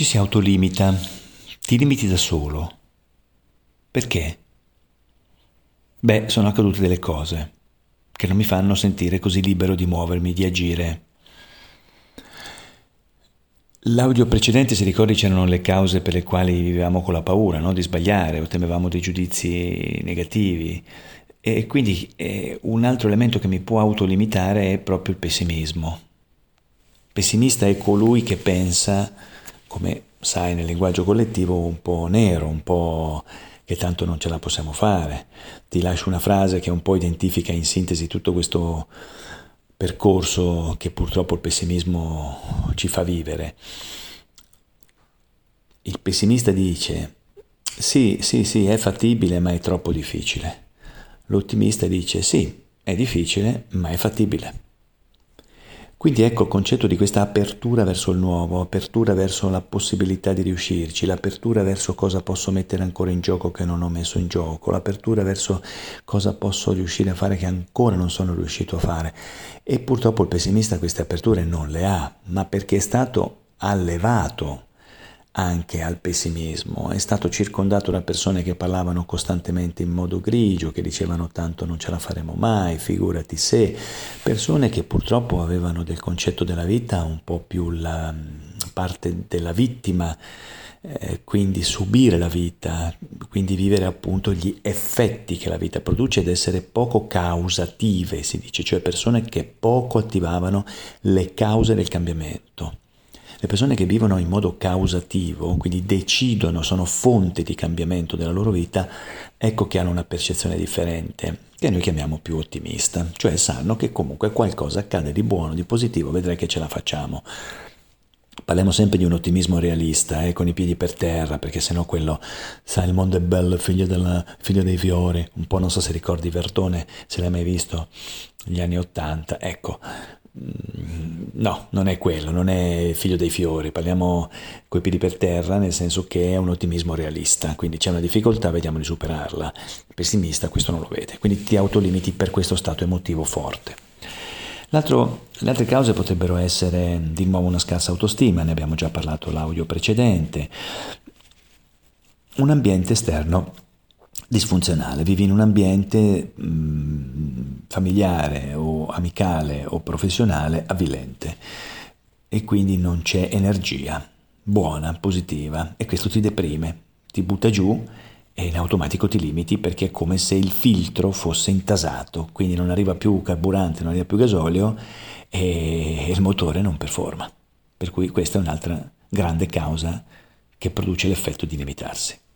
Ci si autolimita, ti limiti da solo. Perché? Beh, sono accadute delle cose che non mi fanno sentire così libero di muovermi, di agire. L'audio precedente, se ricordi, c'erano le cause per le quali vivevamo con la paura, no? Di sbagliare o temevamo dei giudizi negativi. E quindi un altro elemento che mi può autolimitare è proprio il pessimismo. Pessimista è colui che pensa, come sai nel linguaggio collettivo, un po' nero, un po' che tanto non ce la possiamo fare. Ti lascio una frase che un po' identifica in sintesi tutto questo percorso che purtroppo il pessimismo ci fa vivere. Il pessimista dice: sì, è fattibile, ma è troppo difficile. L'ottimista dice: sì, è difficile, ma è fattibile. Quindi ecco il concetto di questa apertura verso il nuovo, apertura verso la possibilità di riuscirci, l'apertura verso cosa posso mettere ancora in gioco che non ho messo in gioco, l'apertura verso cosa posso riuscire a fare che ancora non sono riuscito a fare. E purtroppo il pessimista queste aperture non le ha, ma perché è stato allevato anche al pessimismo, è stato circondato da persone che parlavano costantemente in modo grigio, che dicevano tanto non ce la faremo mai, figurati se, persone che purtroppo avevano del concetto della vita un po' più la parte della vittima, quindi subire la vita, quindi vivere appunto gli effetti che la vita produce ed essere poco causative, si dice, cioè persone che poco attivavano le cause del cambiamento. Le persone che vivono in modo causativo, quindi decidono, sono fonte di cambiamento della loro vita, ecco che hanno una percezione differente, che noi chiamiamo più ottimista, cioè sanno che comunque qualcosa accade di buono, di positivo, vedrai che ce la facciamo. Parliamo sempre di un ottimismo realista, con i piedi per terra, perché sennò quello, sai, il mondo è bello, figlio dei fiori, un po' non so se ricordi Verdone, se l'hai mai visto, negli anni '80, ecco. No, non è quello, non è figlio dei fiori, parliamo coi piedi per terra nel senso che è un ottimismo realista, quindi c'è una difficoltà, vediamo di superarla. Il pessimista questo non lo vede, quindi ti autolimiti per questo stato emotivo forte. Le altre cause potrebbero essere di nuovo una scarsa autostima, ne abbiamo già parlato l'audio precedente, un ambiente esterno disfunzionale, vivi in un ambiente familiare o amicale o professionale avvilente e quindi non c'è energia buona, positiva e questo ti deprime, ti butta giù e in automatico ti limiti perché è come se il filtro fosse intasato, quindi non arriva più carburante, non arriva più gasolio e il motore non performa. Per cui questa è un'altra grande causa che produce l'effetto di limitarsi.